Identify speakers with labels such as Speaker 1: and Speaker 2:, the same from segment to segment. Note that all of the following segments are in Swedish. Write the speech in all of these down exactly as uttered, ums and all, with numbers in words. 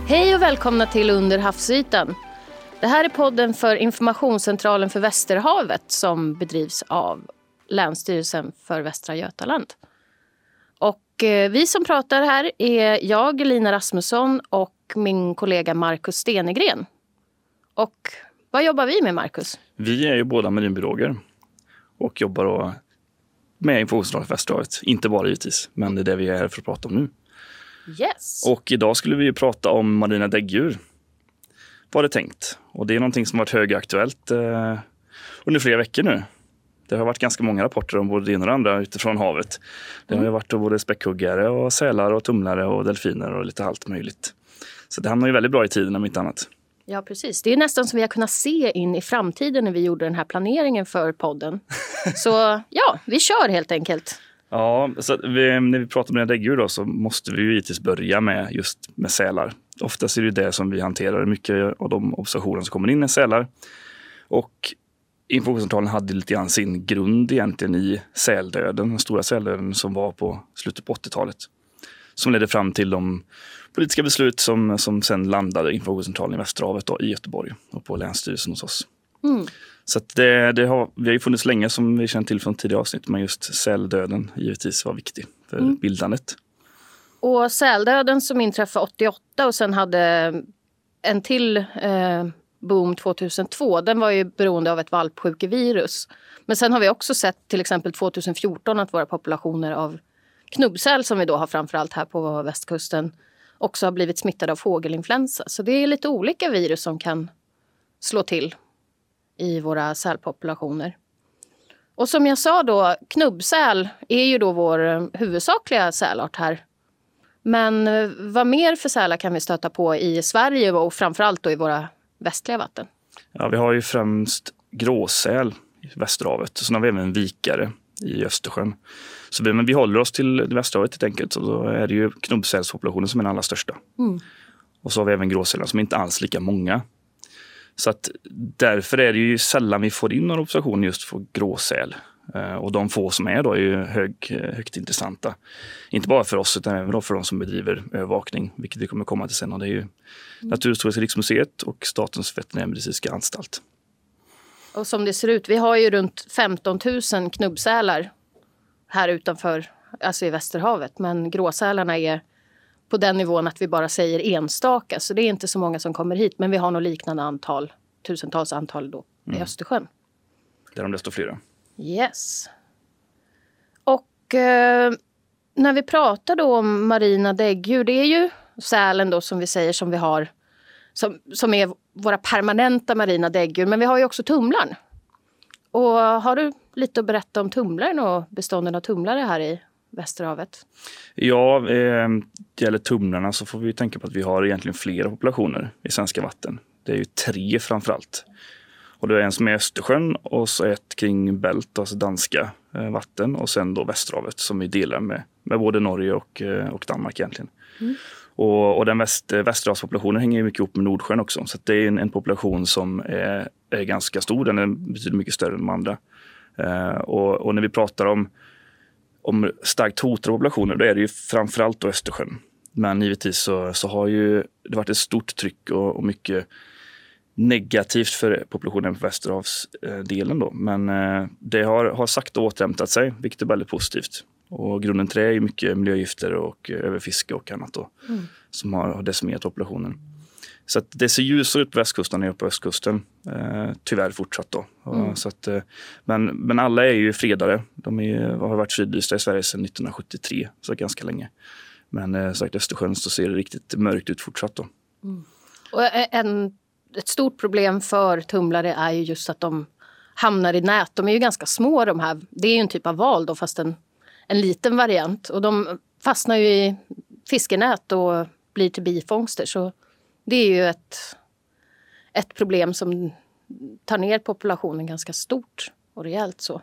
Speaker 1: Hej och välkomna till Under havsytan. Det här är podden för Informationscentralen för Västerhavet som bedrivs av Länsstyrelsen för Västra Götaland. Och eh, vi som pratar här är jag, Lina Rasmusson, och min kollega Marcus Stenegren. Och vad jobbar vi med, Marcus?
Speaker 2: Vi är ju båda marinbiologer och jobbar då med Informationscentralen för Västerhavet. Inte bara givetvis, men det är det vi är här för att prata om nu.
Speaker 1: Yes.
Speaker 2: Och idag skulle vi ju prata om marina däggdjur. Var det tänkt. Och det är någonting som har varit högaktuellt eh, under flera veckor nu. Det har varit ganska många rapporter om både det ena och det andra utifrån havet. Det har ju varit både späckhuggare och sälar och tumlare och delfiner och lite allt möjligt. Så det hamnar ju väldigt bra i tiden om inte annat.
Speaker 1: Ja, precis. Det är nästan som vi har kunnat se in i framtiden när vi gjorde den här planeringen för podden. Så ja, vi kör helt enkelt.
Speaker 2: Ja, så vi, när vi pratar om däggdjur då så måste vi ju givetvis börja med just med sälar. Oftast är det det som vi hanterar. Mycket av de observationer som kommer in är sälar. Och Informationscentralen hade lite grann sin grund egentligen i säldöden, den stora säldöden som var på slutet på åttiotalet. Som ledde fram till de politiska beslut som, som sen landade i Informationscentralen i Västerhavet då, i Göteborg och på Länsstyrelsen hos oss. Mm. Så att det, det har, vi har ju funnits länge som vi känner till från tidigare avsnitt, men just säldöden givetvis var viktig för mm. bildandet.
Speaker 1: Och säldöden som inträffade åttioåtta och sen hade en till eh, boom tjugohundratvå, den var ju beroende av ett valpsjukevirus. Men sen har vi också sett till exempel tjugohundrafjorton att våra populationer av knubbsäl som vi då har framförallt här på västkusten också har blivit smittade av fågelinfluensa. Så det är lite olika virus som kan slå till i våra sälpopulationer. Och som jag sa då, knubbsäl är ju då vår huvudsakliga sälart här. Men vad mer för sälar kan vi stöta på i Sverige och framförallt då i våra västliga vatten? Ja,
Speaker 2: vi har ju främst gråsäl i Västerhavet. Sen har vi även vikare i Östersjön. Så vi, men vi håller oss till Västerhavet helt enkelt. Så då är det ju knubbsälspopulationen som är den allra största. Mm. Och så har vi även gråsälar som inte alls lika många. Så att därför är det ju sällan vi får in några observationer just för gråsäl. Och de få som är då är ju hög, högt intressanta. Inte bara för oss utan även för de som bedriver övervakning, vilket vi kommer komma till sen. Och det är ju mm. Naturhistoriska riksmuseet och Statens veterinärmedicinska anstalt.
Speaker 1: Och som det ser ut, vi har ju runt femton tusen knubbsälar här utanför, alltså i Västerhavet. Men gråsälarna är på den nivån att vi bara säger enstaka. Så det är inte så många som kommer hit. Men vi har nog liknande antal, tusentals antal då mm. i Östersjön.
Speaker 2: Där de desto flera.
Speaker 1: Yes. Och eh, när vi pratar då om marina däggdjur, det är ju sälen då som vi säger som vi har, som, som är våra permanenta marina däggdjur. Men vi har ju också tumlarn. Och har du lite att berätta om tumlaren och bestånden av tumlare här i Västerhavet?
Speaker 2: Ja, eh, det gäller tumlarna så får vi tänka på att vi har egentligen flera populationer i svenska vatten. Det är ju tre framförallt. Och det är en som är Östersjön och så ett kring Bält, alltså danska eh, vatten. Och sen då Västerhavet som vi delar med, med både Norge och, eh, och Danmark egentligen. Mm. Och, och den väst, Västerhavspopulationen hänger ju mycket ihop med Nordsjön också. Så det är en, en population som är, är ganska stor, den är betydligt mycket större än de andra. Eh, och, och när vi pratar om, om starkt hotade populationer, då är det ju framförallt då Östersjön. Men givetvis så, så har ju det varit ett stort tryck och, och mycket negativt för populationen på Västerhavsdelen då. Men eh, det har, har sakta återhämtat sig, vilket är väldigt positivt. Och grunden till det är ju mycket miljögifter och eh, överfiske och annat då, mm. som har, har decimerat populationen. Så att det ser ljusare ut på västkusten än på östkusten. Eh, tyvärr fortsatt då. Mm. Så att, eh, men, men alla är ju fredade. De är, har varit fridlysta i Sverige sedan nittonhundrasjuttiotre, så ganska länge. Men eh, sagt Östersjön så ser det riktigt mörkt ut fortsatt då.
Speaker 1: Mm. Och en, ett stort problem för tumlare är ju just att de hamnar i nät. De är ju ganska små de här. Det är ju en typ av val då, fast en, en liten variant. Och de fastnar ju i fiskenät och blir till bifångster. Så det är ju ett, ett problem som tar ner populationen ganska stort och rejält så.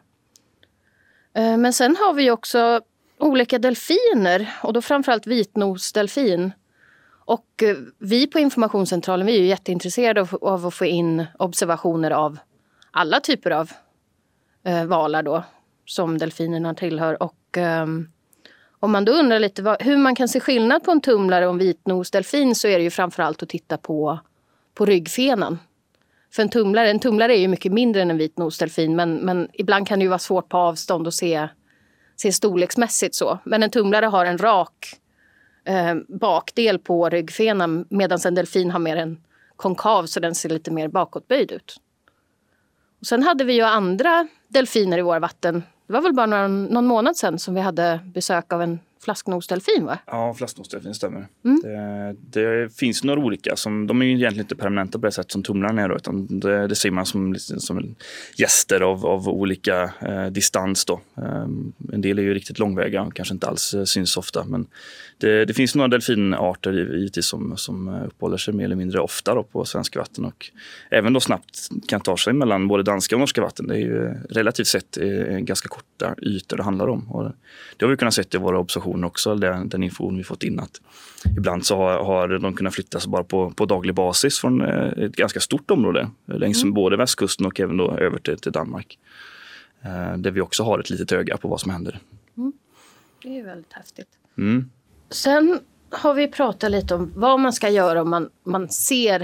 Speaker 1: Men sen har vi också olika delfiner och då framförallt vitnosdelfin. Och vi på Informationscentralen, vi är ju jätteintresserade av, av att få in observationer av alla typer av eh, valar då, som delfinerna tillhör. Och, eh, Om man då undrar lite vad, hur man kan se skillnad på en tumlare och en vitnosdelfin, så är det ju framförallt att titta på, på ryggfenan. För en tumlare, en tumlare är ju mycket mindre än en vitnosdelfin, men, men ibland kan det ju vara svårt på avstånd att se, se storleksmässigt så. Men en tumlare har en rak eh, bakdel på ryggfenan, medan en delfin har mer en konkav, så den ser lite mer bakåtböjd ut. Och sen hade vi ju andra delfiner i våra vatten. Det var väl bara någon, någon månad sedan som vi hade besök av en flasknosdelfin, va?
Speaker 2: Ja, flasknosdelfin stämmer.
Speaker 1: Mm.
Speaker 2: Det, det finns några olika. Som, de är ju egentligen inte permanenta på det sätt som tumlarna är. Då, utan det, det ser man som, som gäster av, av olika eh, distans. Då. Eh, en del är ju riktigt långväga och kanske inte alls eh, syns ofta. Men det, det finns några delfinarter givetvis som, som uppehåller sig mer eller mindre ofta då, på svenska vatten. Och även då snabbt kan ta sig mellan både danska och norska vatten. Det är ju relativt sett eh, ganska korta ytor det handlar om. Och det har vi kunnat se i våra observationer också, den, den information vi fått in, att ibland så har, har de kunnat flyttas bara på, på daglig basis från ett ganska stort område längs mm. både västkusten och även då över till, till Danmark. Eh, där vi också har ett litet öga på vad som händer.
Speaker 1: Mm. Det är väldigt häftigt.
Speaker 2: Mm.
Speaker 1: Sen har vi pratat lite om vad man ska göra om man, man ser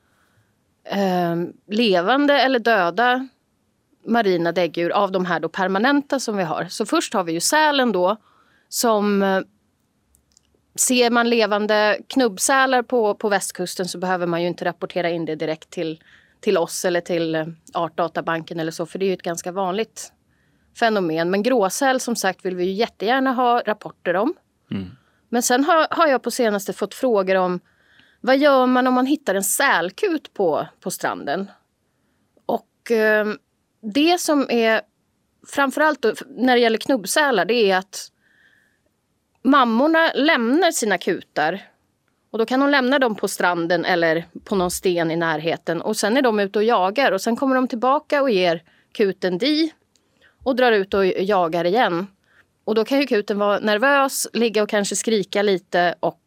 Speaker 1: eh, levande eller döda marina däggdjur av de här då permanenta som vi har. Så först har vi ju sälen då, som eh, ser man levande knubbsälar på, på västkusten, så behöver man ju inte rapportera in det direkt till, till oss eller till eh, Artdatabanken eller så, för det är ju ett ganska vanligt fenomen. Men gråsäl som sagt vill vi ju jättegärna ha rapporter om. Mm. Men sen har, har jag på senaste fått frågor om vad gör man om man hittar en sälkut på, på stranden? Och eh, det som är framförallt då, när det gäller knubbsälar, det är att mammorna lämnar sina kutar. Och då kan de lämna dem på stranden eller på någon sten i närheten. Och sen är de ute och jagar. Och sen kommer de tillbaka och ger kuten di. Och drar ut och jagar igen. Och då kan ju kuten vara nervös, ligga och kanske skrika lite. Och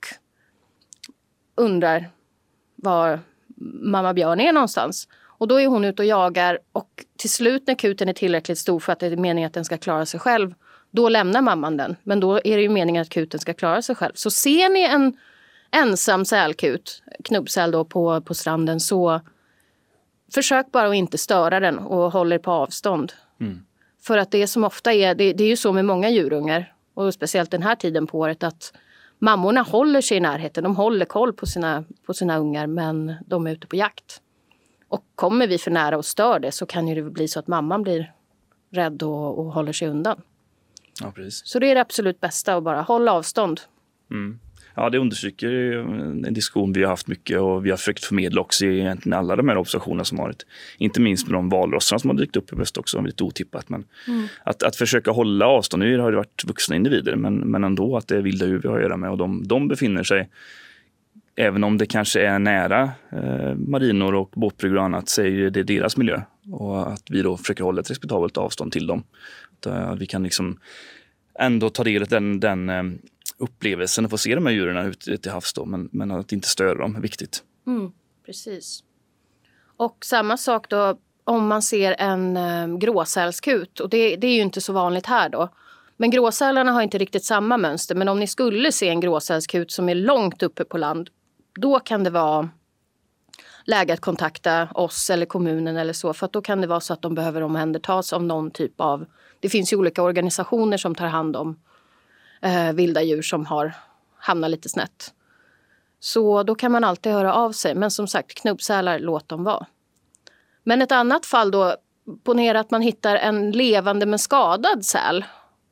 Speaker 1: undrar var mamma björn är någonstans. Och då är hon ute och jagar. Och till slut när kuten är tillräckligt stor för att det är meningen att den ska klara sig själv, då lämnar mamman den. Men då är det ju meningen att kuten ska klara sig själv. Så ser ni en ensam sälkut, knubbsäl då på, på stranden, så försök bara att inte störa den och håll er på avstånd. Mm. För att det som ofta är, det, det är ju så med många djurungar, och speciellt den här tiden på året, att mammorna håller sig i närheten. De håller koll på sina, på sina ungar, men de är ute på jakt. Och kommer vi för nära och stör det, så kan ju det bli så att mamman blir rädd och, och håller sig undan.
Speaker 2: Ja, precis.
Speaker 1: Så det är det absolut bästa, att bara hålla avstånd.
Speaker 2: Mm. Ja, det understryker en diskussion vi har haft mycket, och vi har försökt förmedla också i egentligen alla de här observationerna som har varit. Inte minst med de valrossarna som har dykt upp i väst också, lite otippat. Men mm. att, att försöka hålla avstånd, nu har det varit vuxna individer, men, men ändå att det är vilda djur vi har att göra med. Och de, de befinner sig, även om det kanske är nära eh, marinor och båtbryggor och annat, så är det deras miljö. Och att vi då försöker hålla ett respektabelt avstånd till dem. Att, att vi kan liksom ändå ta del av den, den eh, upplevelsen och få se de här djuren ute till havs då, men, men att inte störa dem är viktigt.
Speaker 1: Mm, precis. Och samma sak då om man ser en eh, gråsälskut, och det, det är ju inte så vanligt här då. Men gråsälarna har inte riktigt samma mönster, men om ni skulle se en gråsälskut som är långt uppe på land, då kan det vara läge att kontakta oss eller kommunen eller så, för att då kan det vara så att de behöver omhändertas av någon typ av, det finns ju olika organisationer som tar hand om eh, vilda djur som har hamnat lite snett. Så då kan man alltid höra av sig, men som sagt, knubbsälar, låt dem vara. Men ett annat fall då, ponera att man hittar en levande men skadad säl.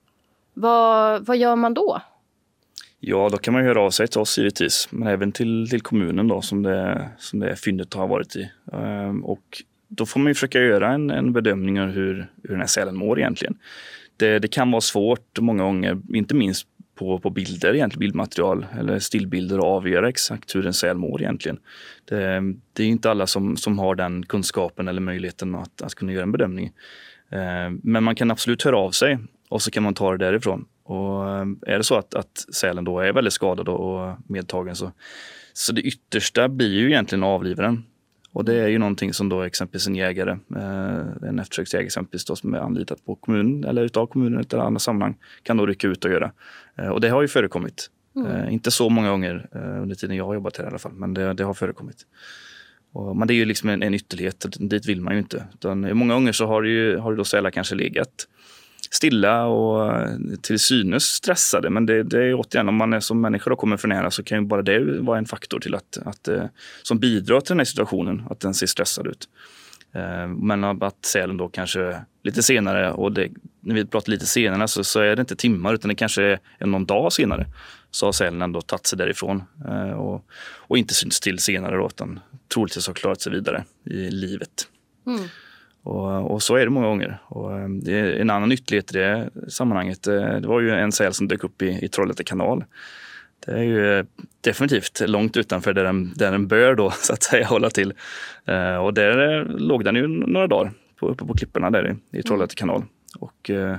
Speaker 1: Vad, vad gör man då?
Speaker 2: Ja, då kan man höra av sig till oss givetvis, men även till, till kommunen då, som det, som det fyndet har varit i. Um, och då får man ju försöka göra en, en bedömning av hur, hur den här sälen mår egentligen. Det, det kan vara svårt många gånger, inte minst på, på bilder, egentligen bildmaterial eller stillbilder, och avgöra exakt hur en säl mår egentligen. Det, det är inte alla som, som har den kunskapen eller möjligheten att, att kunna göra en bedömning. Uh, men man kan absolut höra av sig, och så kan man ta det därifrån. Och är det så att, att sälen då är väldigt skadad och medtagen, så, så det yttersta blir ju egentligen att avliva den. Och det är ju någonting som då exempelvis en jägare, eh, en eftersöksjägare exempelvis då, som är anlitat på kommunen eller utav kommunen eller andra sammanhang kan då rycka ut och göra. Eh, och det har ju förekommit. Mm. Eh, inte så många gånger eh, under tiden jag har jobbat här i alla fall, men det, det har förekommit. Och, men det är ju liksom en, en ytterlighet, dit vill man ju inte. Utan, många gånger så har, det ju, har det då sälar kanske legat stilla och till synes stressade. Men det, det är återigen, om man är som människa och kommer för nära så kan ju bara det vara en faktor till att, att, som bidrar till den här situationen, att den ser stressad ut. Men att sälen då kanske lite senare, och det, när vi pratar lite senare så, så är det inte timmar utan det kanske är någon dag senare, så har sälen ändå tagit sig därifrån och, och inte syns till senare då, utan troligtvis har klarat sig vidare i livet. Mm. Och, och så är det många gånger. Och det är en annan ytterlighet i det sammanhanget. Det var ju en säl som dök upp i, i Trollhätte kanal. Det är ju definitivt långt utanför där den, där den bör då, så att säga, hålla till. Och där låg den ju några dagar på, uppe på klipporna där i, i Trollhätte kanal. Och eh,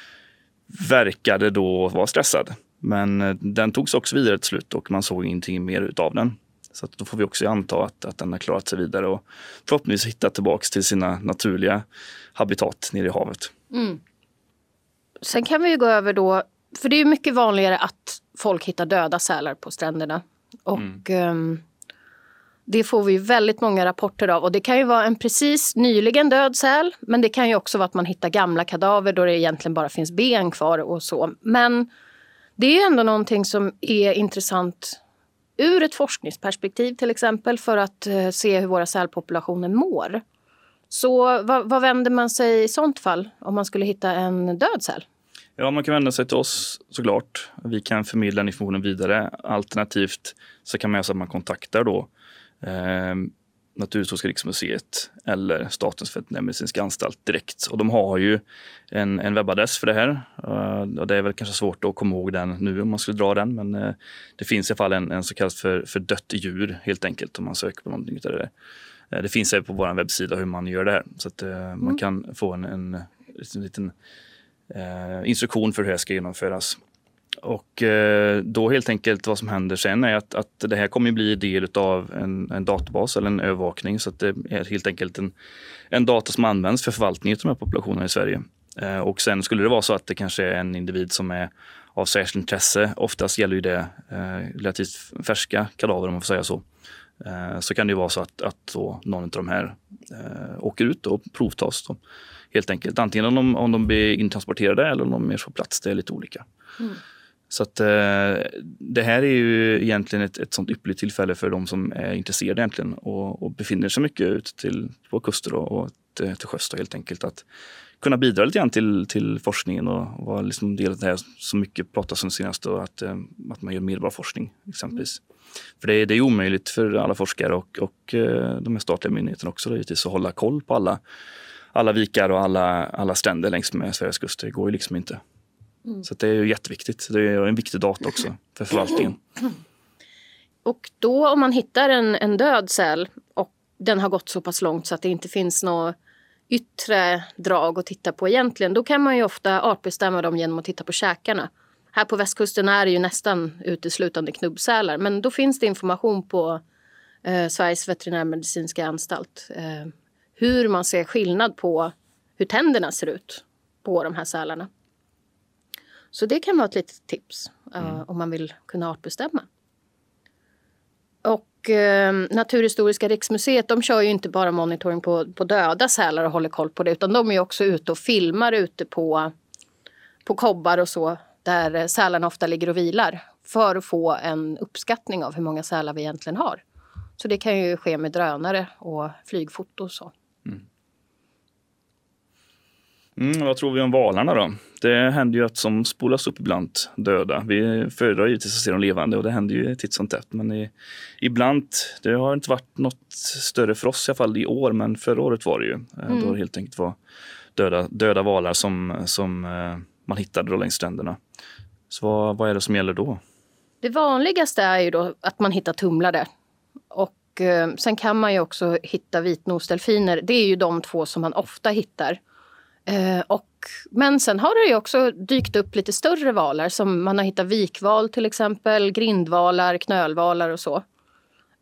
Speaker 2: verkade då vara stressad. Men den togs också vidare till slut och man såg ingenting mer utav den. Så att då får vi också anta att, att den har klarat sig vidare och förhoppningsvis hittat tillbaka till sina naturliga habitat nere i havet. Mm.
Speaker 1: Sen kan vi ju gå över då, för det är ju mycket vanligare att folk hittar döda sälar på stränderna. Och mm. um, det får vi ju väldigt många rapporter av. Och det kan ju vara en precis nyligen död säl, men det kan ju också vara att man hittar gamla kadaver då det egentligen bara finns ben kvar och så. Men det är ju ändå någonting som är intressant ur ett forskningsperspektiv till exempel, för att uh, se hur våra sälpopulationer mår. Så vad, vad vänder man sig i sånt fall om man skulle hitta en död säl?
Speaker 2: Ja, man kan vända sig till oss såklart. Vi kan förmedla den informationen vidare. Alternativt så kan man göra så att man kontaktar då eh, Naturhistoriska riksmuseet eller Statens veterinärmedicinska anstalt direkt. Och de har ju en, en webbadress för det här. Uh, och det är väl kanske svårt att komma ihåg den nu om man skulle dra den. Men uh, det finns i alla fall en, en så kallad för, för dött djur helt enkelt om man söker på någonting av det där. Uh, det finns även på vår webbsida hur man gör det här. Så att uh, mm. man kan få en, en, en liten uh, instruktion för hur det ska genomföras. Och eh, då helt enkelt vad som händer sen är att, att det här kommer bli del av en, en databas eller en övervakning, så att det är helt enkelt en, en data som används för förvaltning av de här populationerna i Sverige. Eh, och sen skulle det vara så att det kanske är en individ som är av särskilt intresse, oftast gäller ju det eh, relativt färska kadaver om man får säga så, eh, så kan det ju vara så att, att då någon av de här eh, åker ut och provtas då. Helt enkelt, antingen om de, om de blir intransporterade eller om de är på plats, det är lite olika. Mm. Så att eh, det här är ju egentligen ett, ett sånt ypperligt tillfälle för de som är intresserade egentligen och, och befinner sig mycket ut till, på kuster och, och till, till sjöss helt enkelt. Att kunna bidra lite grann till, till forskningen och vara liksom del av det här som mycket pratas om senast och att, eh, att man gör medborgarforskning exempelvis. Mm. För det, det är omöjligt för alla forskare och, och eh, de här statliga myndigheterna också givetvis att hålla koll på alla, alla vikar och alla, alla stränder längs med Sveriges kust. Det går ju liksom inte. Mm. Så det är ju jätteviktigt. Det är en viktig data också för förvaltningen.
Speaker 1: Och då om man hittar en, en död säl och den har gått så pass långt så att det inte finns något yttre drag att titta på egentligen, då kan man ju ofta artbestämma dem genom att titta på käkarna. Här på västkusten är det ju nästan uteslutande knubbsälar, men då finns det information på eh, Sveriges veterinärmedicinska anstalt eh, hur man ser skillnad på hur tänderna ser ut på de här sälarna. Så det kan vara ett litet tips uh, mm. om man vill kunna artbestämma. Och uh, Naturhistoriska riksmuseet, de kör ju inte bara monitoring på, på döda sälar och håller koll på det, utan de är också ute och filmar ute på, på kobbar och så, där sälarna ofta ligger och vilar, för att få en uppskattning av hur många sälar vi egentligen har. Så det kan ju ske med drönare och flygfoto och så. Mm.
Speaker 2: Mm, vad tror vi om valarna då? Det händer ju att som spolas upp ibland döda. Vi föredrar givetvis att se dem levande och det händer ju titt som tätt. Men i, ibland, det har inte varit något större för oss i alla fall i år, men förra året var det ju. Mm. Då det helt enkelt var döda, döda valar som, som eh, man hittade då längs stränderna. Så vad, vad är det som gäller då?
Speaker 1: Det vanligaste är ju då att man hittar tumlare. Och eh, sen kan man ju också hitta vitnosdelfiner. Det är ju de två som man ofta hittar. Eh, och, men sen har det ju också dykt upp lite större valar som man har hittat vikval till exempel, grindvalar, knölvalar och så.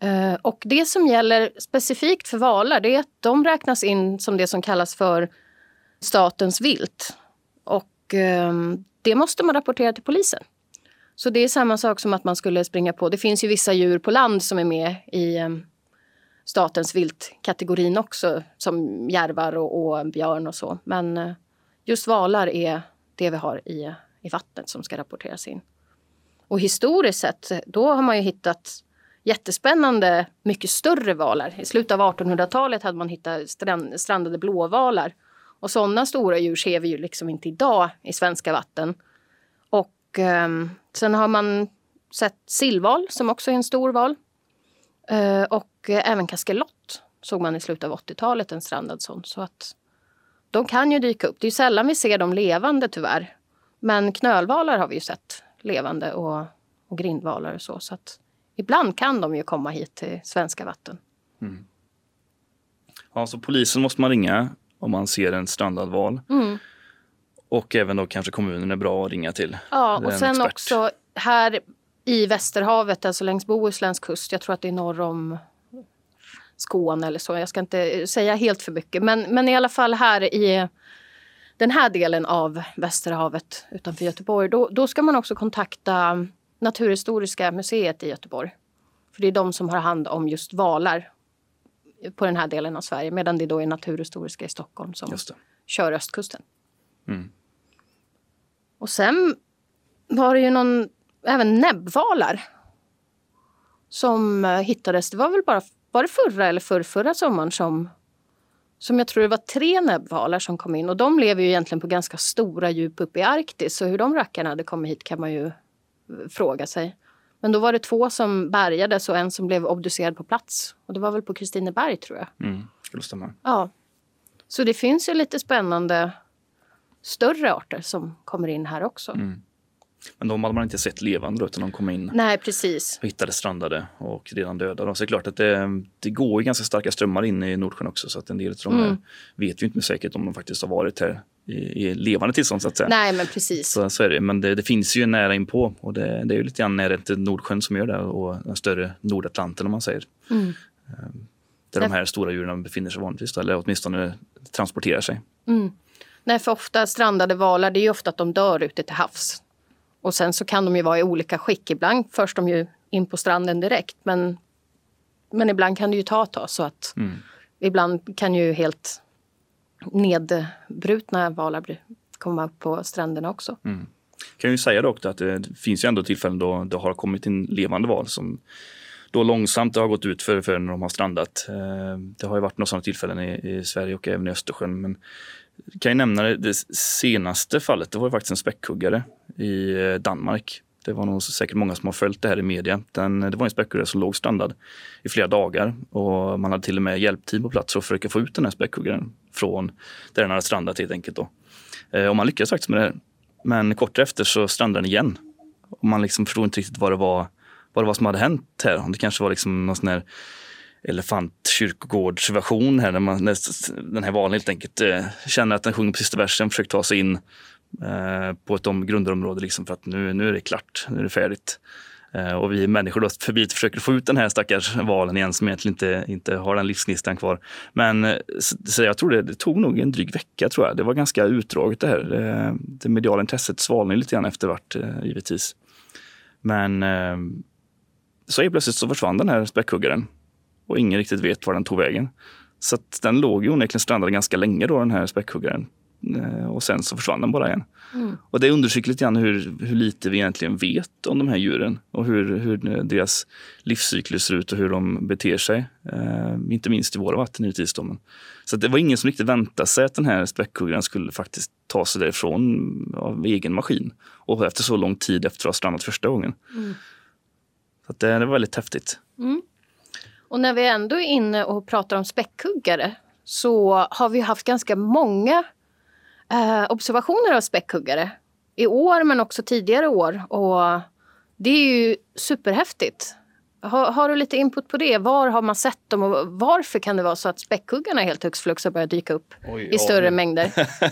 Speaker 1: Eh, och det som gäller specifikt för valar, det är att de räknas in som det som kallas för statens vilt. Och eh, det måste man rapportera till polisen. Så det är samma sak som att man skulle springa på. Det finns ju vissa djur på land som är med i eh, statens viltkategorin också. Som järvar och, och björn och så. Men eh, just valar är det vi har i, i vattnet som ska rapporteras in. Och historiskt sett, då har man ju hittat jättespännande, mycket större valar. I slutet av artonhundratalet hade man hittat strand, strandade blåvalar. Och sådana stora djur ser vi ju liksom inte idag i svenska vatten. Och eh, sen har man sett sillval som också är en stor val. Eh, och eh, även kaskelott såg man i slutet av åttiotalet, en strandad sån. Så att de kan ju dyka upp. Det är ju sällan vi ser dem levande tyvärr. Men knölvalar har vi ju sett levande och, och grindvalar och så. Så att ibland kan de ju komma hit till svenska vatten.
Speaker 2: Mm. Ja, så polisen måste man ringa om man ser en strandad val. Mm. Och även då kanske kommunen är bra att ringa till.
Speaker 1: Ja, och sen expert. Också här i Västerhavet, alltså längs Bohusläns kust. Jag tror att det är norr om Skåne eller så. Jag ska inte säga helt för mycket. Men, men i alla fall här i den här delen av Västerhavet utanför Göteborg. Då, då ska man också kontakta Naturhistoriska museet i Göteborg. För det är de som har hand om just valar på den här delen av Sverige. Medan det då är Naturhistoriska i Stockholm som kör östkusten. Mm. Och sen var det ju någon, även näbbvalar som hittades. Det var väl bara, var det förra eller förrförra sommaren som, som jag tror det var tre näbbvalar som kom in. Och de lever ju egentligen på ganska stora djup uppe i Arktis. Så hur de rackarna hade kommit hit kan man ju fråga sig. Men då var det två som bärgades och en som blev obducerad på plats. Och det var väl på Kristineberg tror jag.
Speaker 2: Mm, skulle stämma.
Speaker 1: Ja. Så det finns ju lite spännande större arter som kommer in här också. Mm.
Speaker 2: Men de hade man inte sett levande då, utan de kom in.
Speaker 1: Nej, precis.
Speaker 2: Och hittade strandade och redan döda. Då. Så det är klart att det, det går ju ganska starka strömmar in i Nordsjön också. Så att en del av de här mm. vet ju inte med säkerhet om de faktiskt har varit här i, i levande tillstånd så att säga.
Speaker 1: Nej, men precis.
Speaker 2: Så, så är det. Men det, det finns ju nära inpå. Och det, det är ju lite grann nära till Nordsjön som gör det. Och den större Nordatlanten om man säger. Mm. Där de här stora djuren befinner sig vanligtvis. Då, eller åtminstone transporterar sig.
Speaker 1: Mm. Nej, för ofta strandade valar, det är ju ofta att de dör ute till havs. Och sen så kan de ju vara i olika skick. Ibland förs de ju in på stranden direkt. Men, men ibland kan det ju ta ett tag. Så att mm. ibland kan ju helt nedbrutna valar komma upp på stränderna också.
Speaker 2: Mm. Kan ju säga dock att det finns ju ändå tillfällen då det har kommit en levande val som då långsamt har gått ut för, för när de har strandat. Det har ju varit några sådana tillfällen i, i Sverige och även i Östersjön. Men kan jag nämna det, det senaste fallet, det var ju faktiskt en späckhuggare i Danmark. Det var nog säkert många som har följt det här i media. Den, det var en späckhuggare som låg strandad i flera dagar. Och man hade till och med hjälpteam på plats för att försöka få ut den här späckhuggaren från där den hade strandat helt enkelt. Då. Och man lyckades faktiskt med det här. Men kort efter så strandade den igen. Och man liksom förstod inte riktigt vad det var, vad det var som hade hänt här. Det kanske var liksom någon sån här elefantkyrkogårdsversion här. När, man, när den här valen helt enkelt eh, känner att den sjunger på sista versen. Försöker ta sig in eh, på ett om, grundområde liksom för att nu, nu är det klart. Nu är det färdigt. Eh, och vi människor då förbi försöker få ut den här stackars valen igen som egentligen inte, inte har den livsgnistan kvar. Men så, så jag tror det, det tog nog en dryg vecka tror jag. Det var ganska utdraget det här. Det, det mediala intresset svalnade lite grann efter vart eh, givetvis. Men eh, så är plötsligt så försvann den här späckhuggaren. Och ingen riktigt vet var den tog vägen. Så att den låg ju onekligen strandad ganska länge då, den här späckhuggaren. Och sen så försvann den bara igen. Mm. Och det undersöker lite grann hur, hur lite vi egentligen vet om de här djuren. Och hur, hur deras livscyklus ser ut och hur de beter sig. Eh, inte minst i våra vatten givetvis. Så att det var ingen som riktigt väntade sig att den här späckhuggaren skulle faktiskt ta sig därifrån av egen maskin. Och efter så lång tid efter att ha strannat första gången. Mm. Så att det, det var väldigt häftigt.
Speaker 1: Mm. Och när vi ändå är inne och pratar om späckhuggare så har vi haft ganska många eh, observationer av späckhuggare i år men också tidigare år. Och det är ju superhäftigt. Har, har du lite input på det? Var har man sett dem och varför kan det vara så att späckhuggarna helt högst flux har börjat dyka upp Oj, i ja. större mängder?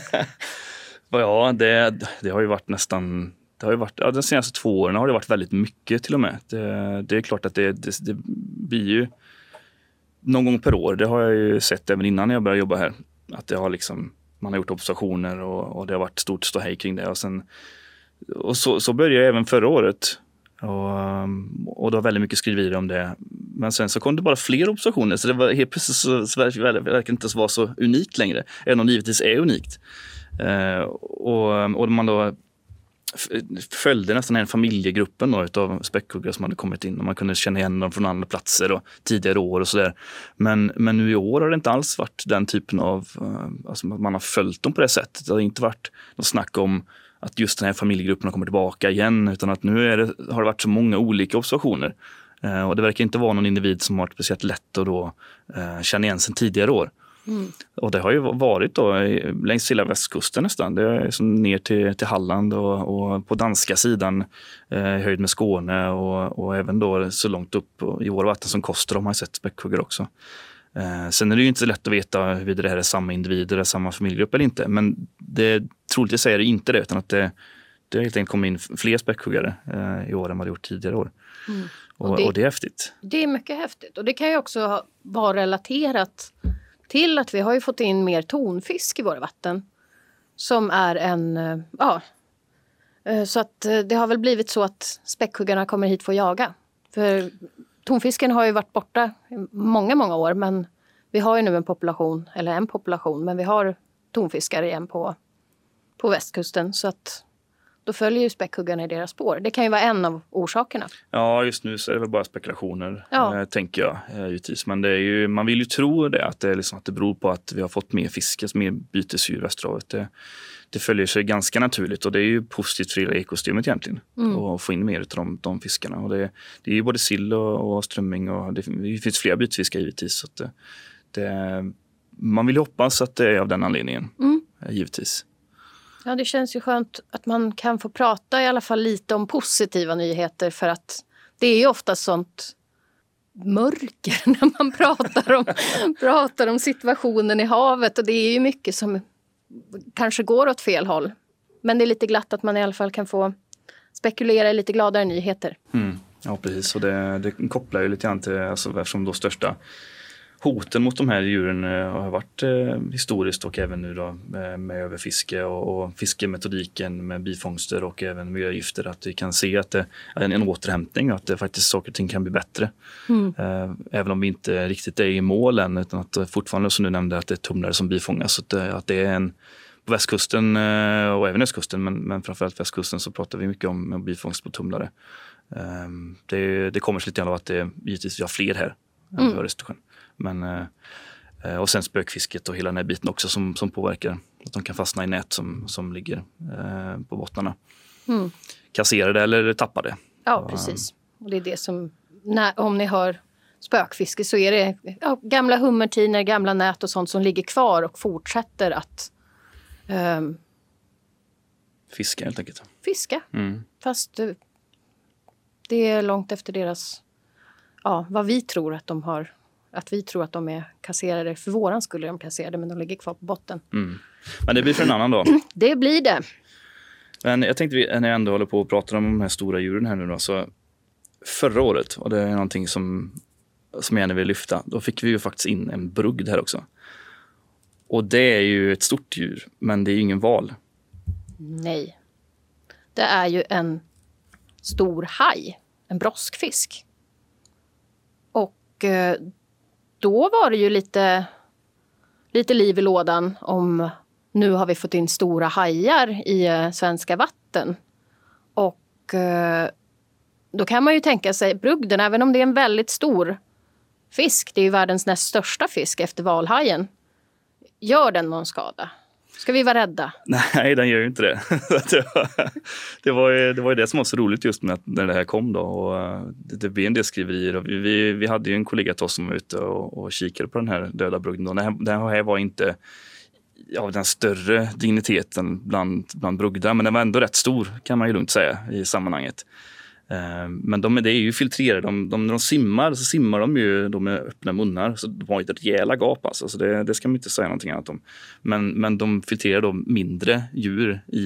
Speaker 2: ja, det, det har ju varit nästan... Det har ju varit, ja, de senaste två åren har det varit väldigt mycket till och med. Det, det är klart att det, det, det blir ju någon gång per år. Det har jag ju sett även innan jag började jobba här. Att det har liksom, man har gjort observationer och, och det har varit stort ståhej kring det. Och, sen, och så, så började jag även förra året. Och, och det var väldigt mycket skriverier om det. Men sen så kom det bara fler observationer. Så det var helt plötsligt så, så verkar det verkar inte vara så unikt längre. Även om det givetvis är unikt. Uh, och, och man då följde nästan en familjegruppen då, utav späckhuggare som hade kommit in och man kunde känna igen dem från andra platser och tidigare år och sådär. Men, men nu i år har det inte alls varit den typen av, alltså man har följt dem på det sättet. Det har inte varit något snack om att just den här familjegruppen har kommit tillbaka igen, utan att nu är det, har det varit så många olika observationer. Eh, och det verkar inte vara någon individ som har varit speciellt lätt att då eh, känna igen sen tidigare år. Mm. Och det har ju varit då längs hela västkusten nästan. Det är som ner till, till Halland och, och på danska sidan eh, höjd med Skåne och, och även då så långt upp i våra vatten som Koster har man sett späckhuggare också. Eh, sen är det ju inte så lätt att veta huruvida det här är samma individer eller samma familjegrupp eller inte. Men det troligtvis är det inte det, utan att det, det har helt enkelt kommit in fler späckhuggare eh, i år än vad det gjort tidigare år. Mm. Och, och, det, och det är häftigt.
Speaker 1: Det är mycket häftigt och det kan ju också vara relaterat till att vi har ju fått in mer tonfisk i våra vatten. Som är en, ja, så att det har väl blivit så att späckhuggarna kommer hit för att jaga. För tonfisken har ju varit borta många, många år, men vi har ju nu en population, eller en population, men vi har tonfiskar igen på, på västkusten. Så att då följer ju späckhuggarna i deras spår. Det kan ju vara en av orsakerna.
Speaker 2: Ja, just nu så är det väl bara spekulationer,
Speaker 1: ja.
Speaker 2: eh, tänker jag. Eh, givetvis. Men det är ju, man vill ju tro det, att det, är liksom, att det beror på att vi har fått mer fisk, mer bytesdjur i Västerhavet. Det, det följer sig ganska naturligt och det är ju positivt för hela ekosystemet egentligen. Mm. Att få in mer av de, de fiskarna. Och det, det är ju både sill och, och strömming och det, det finns flera bytesfiskar givetvis. Så att det, det, man vill ju hoppas att det är av den anledningen, mm. givetvis.
Speaker 1: Ja, det känns ju skönt att man kan få prata i alla fall lite om positiva nyheter, för att det är ju ofta sånt mörker när man pratar om, pratar om situationen i havet, och det är ju mycket som kanske går åt fel håll. Men det är lite glatt att man i alla fall kan få spekulera i lite gladare nyheter.
Speaker 2: Mm. Ja, precis. Och det, det kopplar ju lite grann till, alltså, eftersom då största hoten mot de här djuren har varit eh, historiskt och även nu då med, med överfiske och, och fiskemetodiken med bifångster och även miljögifter, att vi kan se att det är en, en återhämtning och att det faktiskt saker och ting kan bli bättre. Mm. Eh, även om vi inte riktigt är i mål än, utan att fortfarande, som du nämnde, att det är tumlare som bifångas. Så att, att det är en, på västkusten eh, och även östkusten, men, men framförallt västkusten, så pratar vi mycket om bifångst på tumlare. Eh, det, det kommer sig lite grann av att det givetvis vi har fler här än mm. Östersjön. Men, eh, och sen spökfisket och hela den här biten också som, som påverkar. Att de kan fastna i nät som, som ligger eh, på bottnarna. Mm. Kasserade eller tappade.
Speaker 1: Ja, precis. Och det är det som, när, om ni har spökfiske, så är det ja, gamla hummertiner, gamla nät och sånt som ligger kvar och fortsätter att eh,
Speaker 2: fiska helt enkelt.
Speaker 1: Fiska. Mm. Fast eh, det är långt efter deras, ja, vad vi tror att de har. Att vi tror att de är kasserade. För våran skulle de kasserade, men de ligger kvar på botten. Mm.
Speaker 2: Men det blir för en annan dag.
Speaker 1: Det blir det.
Speaker 2: Men jag tänkte, när jag ändå håller på och pratar om de här stora djuren här nu då, så förra året, och det är någonting som, som jag gärna vill lyfta, då fick vi ju faktiskt in en brugd här också. Och det är ju ett stort djur, men det är ju ingen val.
Speaker 1: Nej. Det är ju en stor haj. En broskfisk. Och då var det ju lite, lite liv i lådan om nu har vi fått in stora hajar i svenska vatten. Och då kan man ju tänka sig brugden, även om det är en väldigt stor fisk, det är ju världens näst största fisk efter valhajen. Gör den någon skada? Ska vi vara rädda?
Speaker 2: Nej, den gör ju inte det. det, var, det, var ju, det var ju det som var så roligt just med att när det här kom då. Och det, det blev en del skriverier. Och vi, vi, vi hade ju en kollega till oss som var ute och, och kikade på den här döda brugden. Den här, den här var inte av ja, den större digniteten bland, bland brugdar. Men den var ändå rätt stor, kan man ju lugnt säga, i sammanhanget. Men de, det är ju filtrerade. De, de, när de simmar så simmar de ju de med öppna munnar. Så de har ju ett rejäla gap. Alltså. Så det, det ska man inte säga någonting annat om. Men, men de filtrerar då mindre djur i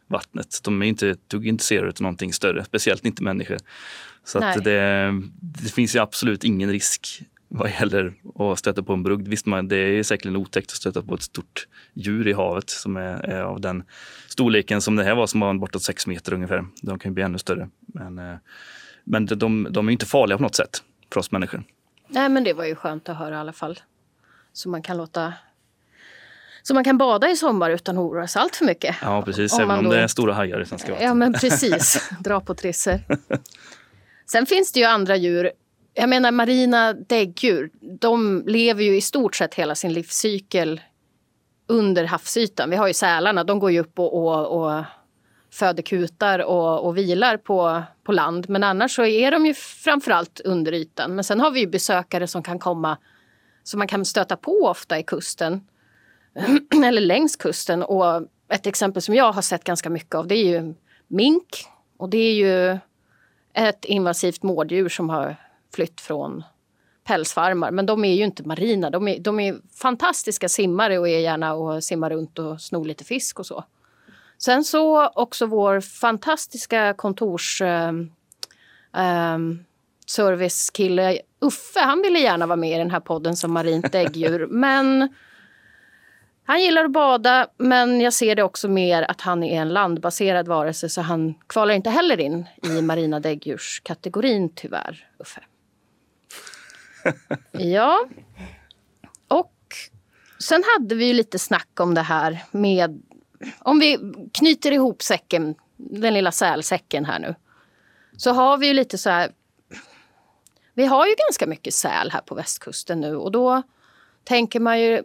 Speaker 2: vattnet. De är inte tog intresserade av någonting större, speciellt inte människor. Så att det, det finns ju absolut ingen risk vad gäller att stöta på en brugd. Visst, man, det är säkert otäckt att stöta på ett stort djur i havet som är, är av den storleken som det här var, som var bortåt sex meter ungefär. De kan ju bli ännu större. Men, men de, de är inte farliga på något sätt för oss människor.
Speaker 1: Nej, men det var ju skönt att höra i alla fall. Så man kan låta... Så man kan bada i sommar utan att oroa sig allt för mycket.
Speaker 2: Ja, precis.
Speaker 1: Om
Speaker 2: även om
Speaker 1: då...
Speaker 2: det är stora hajar i svenska vatten.
Speaker 1: Ja, men precis. Dra på trisser. Sen finns det ju andra djur. Jag menar, marina däggdjur. De lever ju i stort sett hela sin livscykel under havsytan. Vi har ju sälarna. De går ju upp och, och, och föder kutar och, och vilar på, på land. Men annars så är de ju framförallt under ytan. Men sen har vi ju besökare som kan komma, som man kan stöta på ofta i kusten. Eller längs kusten. Och ett exempel som jag har sett ganska mycket av, det är ju mink. Och det är ju ett invasivt mårddjur som har flytt från pälsfarmar. Men de är ju inte marina. De är, de är fantastiska simmare och är gärna och simmar runt och snor lite fisk och så. Sen så också vår fantastiska kontors äh, äh, servicekille Uffe. Han ville gärna vara med i den här podden som marint däggdjur. Men han gillar att bada, men jag ser det också mer att han är en landbaserad varelse, så han kvalar inte heller in i marina däggdjurskategorin tyvärr, Uffe. Ja. Och sen hade vi ju lite snack om det här med, om vi knyter ihop säcken, den lilla sälsäcken här nu, så har vi ju lite så här, vi har ju ganska mycket säl här på västkusten nu, och då tänker man ju,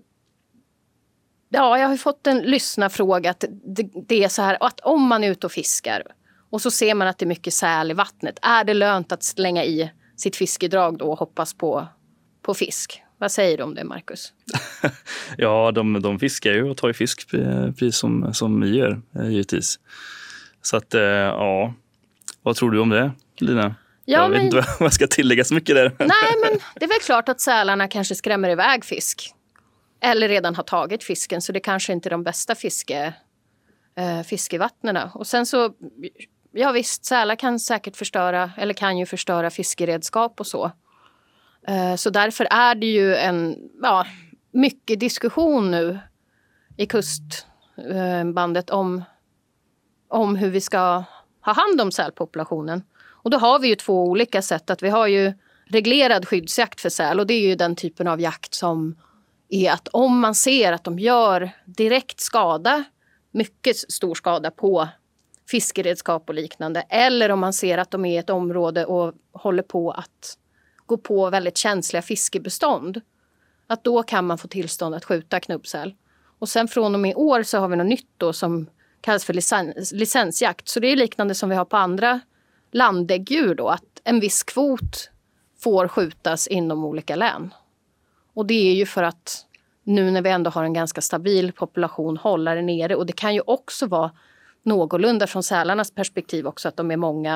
Speaker 1: ja, jag har fått en lyssnarfråga att det, det är så här, att om man är ute och fiskar och så ser man att det är mycket säl i vattnet, är det lönt att slänga i sitt fiskedrag då och hoppas på, på fisk? Vad säger du om det, Marcus?
Speaker 2: Ja, de, de fiskar ju och tar ju fisk precis som, som vi gör, givetvis. Så att, ja, vad tror du om det, Lina? Ja, jag men... vet inte vad jag ska tillägga så mycket där.
Speaker 1: Nej, men det är väl klart att sälarna kanske skrämmer iväg fisk. Eller redan har tagit fisken, så det kanske inte är de bästa fiske, äh, fiskevattnena. Och sen så, ja visst, sälar kan säkert förstöra, eller kan ju förstöra fiskeredskap och så. Äh, så därför är det ju en, ja, mycket diskussion nu i kustbandet om, om hur vi ska ha hand om sälpopulationen. Och då har vi ju två olika sätt. Att vi har ju reglerad skyddsjakt för säl, och det är ju den typen av jakt som är att om man ser att de gör direkt skada, mycket stor skada på fiskeredskap och liknande, eller om man ser att de är i ett område och håller på att gå på väldigt känsliga fiskebestånd, att då kan man få tillstånd att skjuta knubbsäl. Och sen från och med år så har vi något nytt då som kallas för licens, licensjakt. Så det är liknande som vi har på andra landdäggdjur då, att en viss kvot får skjutas inom olika län. Och det är ju för att nu när vi ändå har en ganska stabil population hålla det nere. Och det kan ju också vara någorlunda från sälarnas perspektiv också, att de är många.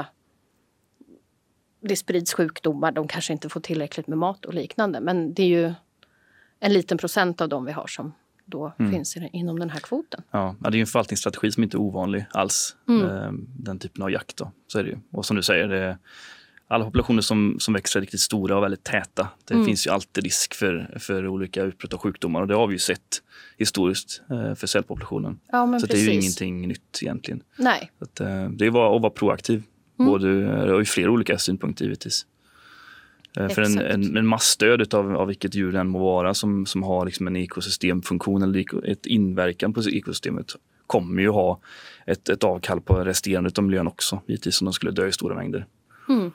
Speaker 1: Det sprids sjukdomar, de kanske inte får tillräckligt med mat och liknande. Men det är ju en liten procent av dem vi har som då mm. finns inom den här kvoten.
Speaker 2: Ja, det är ju en förvaltningsstrategi som inte är ovanlig alls. Mm. Den typen av jakt då, så är det ju. Och som du säger, det är alla populationer som, som växer är riktigt stora och väldigt täta. Det mm. finns ju alltid risk för, för olika utbrott av sjukdomar. Och det har vi ju sett historiskt eh, för sälpopulationen.
Speaker 1: Ja,
Speaker 2: så det är ju ingenting nytt egentligen.
Speaker 1: Nej.
Speaker 2: Så att, eh, det är att vara, att vara proaktiv. Mm. Både, och i flera olika synpunkter givetvis. Eh, för en, en, en massstöd av, av vilket djur den må vara som, som har liksom en ekosystemfunktion eller ett inverkan på ekosystemet kommer ju ha ett, ett avkall på resterande av miljön också. Givetvis som de skulle dö i stora mängder.
Speaker 1: Mm.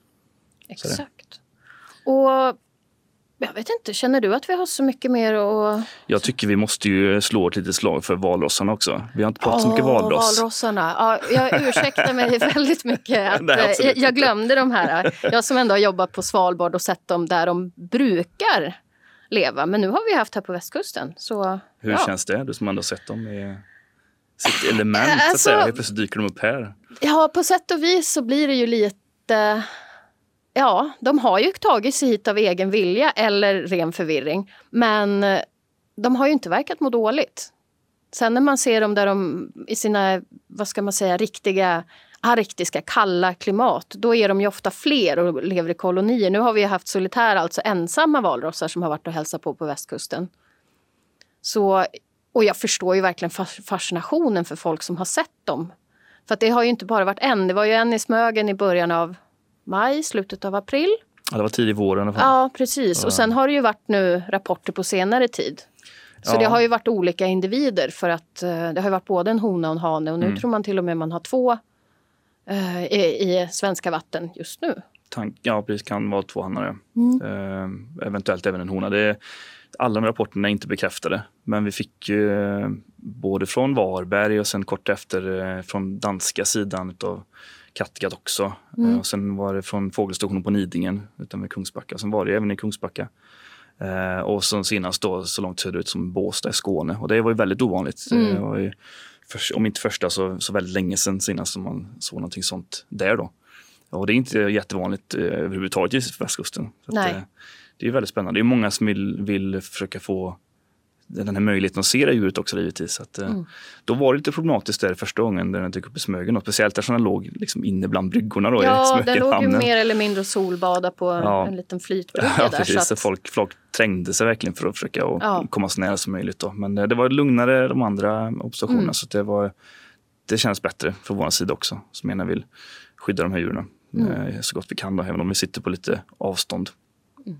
Speaker 1: Exakt. Och jag vet inte, känner du att vi har så mycket mer att...
Speaker 2: Jag tycker vi måste ju slå ett litet slag för valrossarna också. Vi har inte pratat oh, så mycket valross.
Speaker 1: Valrossarna. Ja, jag ursäktar mig väldigt mycket att Nej, jag, jag glömde de här. Jag som ändå har jobbat på Svalbard och sett dem där de brukar leva. Men nu har vi haft här på västkusten. Så,
Speaker 2: Hur
Speaker 1: ja.
Speaker 2: känns det? Du som ändå har sett dem i sitt element, alltså, så att säga. Helt plötsligt dyker de upp här.
Speaker 1: Ja, på sätt och vis så blir det ju lite... Ja, de har ju tagit sig hit av egen vilja eller ren förvirring. Men de har ju inte verkat må dåligt. Sen när man ser dem där de i sina, vad ska man säga, riktiga arktiska kalla klimat, då är de ju ofta fler och lever i kolonier. Nu har vi haft solitär, alltså ensamma valrossar som har varit och hälsat på på västkusten. Så, och jag förstår ju verkligen fascinationen för folk som har sett dem. För att det har ju inte bara varit en, det var ju en i Smögen i början av maj, slutet av april.
Speaker 2: Ja, det var tidig vår i alla fall.
Speaker 1: Ja, precis. Och sen har det ju varit nu rapporter på senare tid. Så ja. Det har ju varit olika individer för att uh, det har varit både en hona och en hane. Och nu mm. tror man till och med man har två uh, i, i svenska vatten just nu.
Speaker 2: Tank, ja, precis. Kan vara två hanar. Mm. Uh, eventuellt även en hona. Det är, alla de rapporterna är inte bekräftade. Men vi fick uh, både från Varberg och sen kort efter uh, från danska sidan av Kattegatt också. Mm. Uh, och sen var det från fågelstationen på Nidingen utanför Kungsbacka. Sen var det även i Kungsbacka. Uh, och så senast då så långt söderut som Båstad i Skåne. Och det var ju väldigt ovanligt. Mm. Det var ju för, om inte första så, så väldigt länge sedan senast som man såg någonting sånt där då. Och det är inte jättevanligt uh, överhuvudtaget i västkusten. Så
Speaker 1: Nej.
Speaker 2: Att, uh, det är väldigt spännande. Det är många som vill, vill försöka få den här möjligheten att se det djuret också givetvis. Så att, uh, mm. Då var det lite problematiskt där första gången när den dök upp i Smögen. Och speciellt där den låg liksom inne bland bryggorna då.
Speaker 1: Ja,
Speaker 2: i
Speaker 1: den låg ju mer eller mindre solbada på
Speaker 2: ja.
Speaker 1: en liten flytbrygga
Speaker 2: ja,
Speaker 1: där.
Speaker 2: Precis,
Speaker 1: så
Speaker 2: att... folk, folk trängde sig verkligen för att försöka och
Speaker 1: ja.
Speaker 2: komma så nära som möjligt. Då. Men det var lugnare de andra observationerna mm. så det, var, det känns bättre från vår sida också. Som gärna vill skydda de här djuren mm. så gott vi kan då, även om vi sitter på lite avstånd.
Speaker 1: Mm.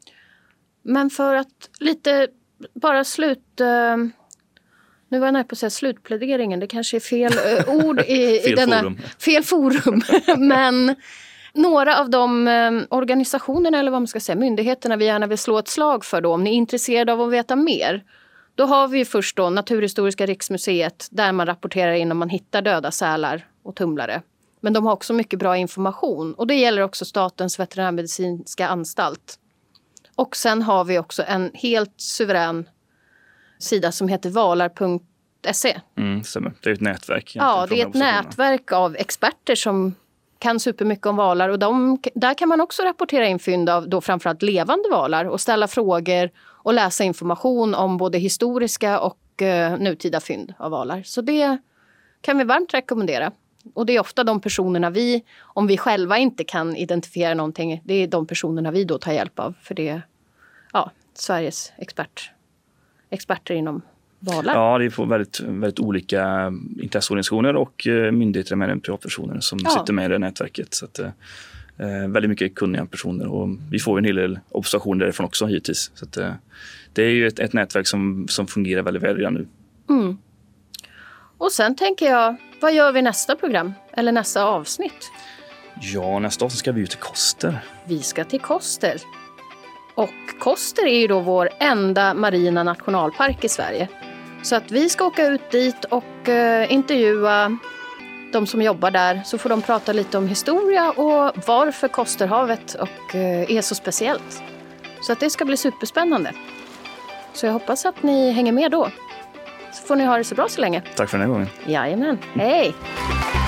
Speaker 1: Men för att lite bara slut... Uh... Nu var jag nära på att säga slutpläderingen. Det kanske är fel uh, ord i,
Speaker 2: fel
Speaker 1: i denna...
Speaker 2: Forum.
Speaker 1: Fel forum. Men några av de um, organisationerna eller vad man ska säga, myndigheterna vi gärna vill slå ett slag för då. Om ni är intresserade av att veta mer. Då har vi först då Naturhistoriska riksmuseet där man rapporterar in om man hittar döda sälar och tumlare. Men de har också mycket bra information. Och det gäller också Statens veterinärmedicinska anstalt. Och sen har vi också en helt suverän sida som heter valar punkt se.
Speaker 2: Mm, stämmer. Det är ett nätverk.
Speaker 1: Ja, det är ett nätverk av experter som kan supermycket om valar. Och de, där kan man också rapportera in fynd av då framförallt levande valar och ställa frågor och läsa information om både historiska och uh, nutida fynd av valar. Så det kan vi varmt rekommendera. Och det är ofta de personerna vi, om vi själva inte kan identifiera någonting, det är de personerna vi då tar hjälp av. För det är ja, Sveriges expert, experter inom valar.
Speaker 2: Ja, det är väldigt, väldigt olika intresseorganisationer och myndigheter med privatpersoner som ja. sitter med i det nätverket. Så att, eh, väldigt mycket kunniga personer och vi får en hel del observationer därifrån också hittills. Så att, eh, det är ju ett, ett nätverk som, som fungerar väldigt väl redan nu.
Speaker 1: Mm. Och sen tänker jag, vad gör vi nästa program? Eller nästa avsnitt?
Speaker 2: Ja, nästa avsnitt ska vi ut till Koster.
Speaker 1: Vi ska till Koster. Och Koster är ju då vår enda marina nationalpark i Sverige. Så att vi ska åka ut dit och eh, intervjua de som jobbar där. Så får de prata lite om historia och varför Kosterhavet och, eh, är så speciellt. Så att det ska bli superspännande. Så jag hoppas att ni hänger med då. Så får ni ha det så bra så länge.
Speaker 2: Tack för den här gången.
Speaker 1: Jajamän. Hej!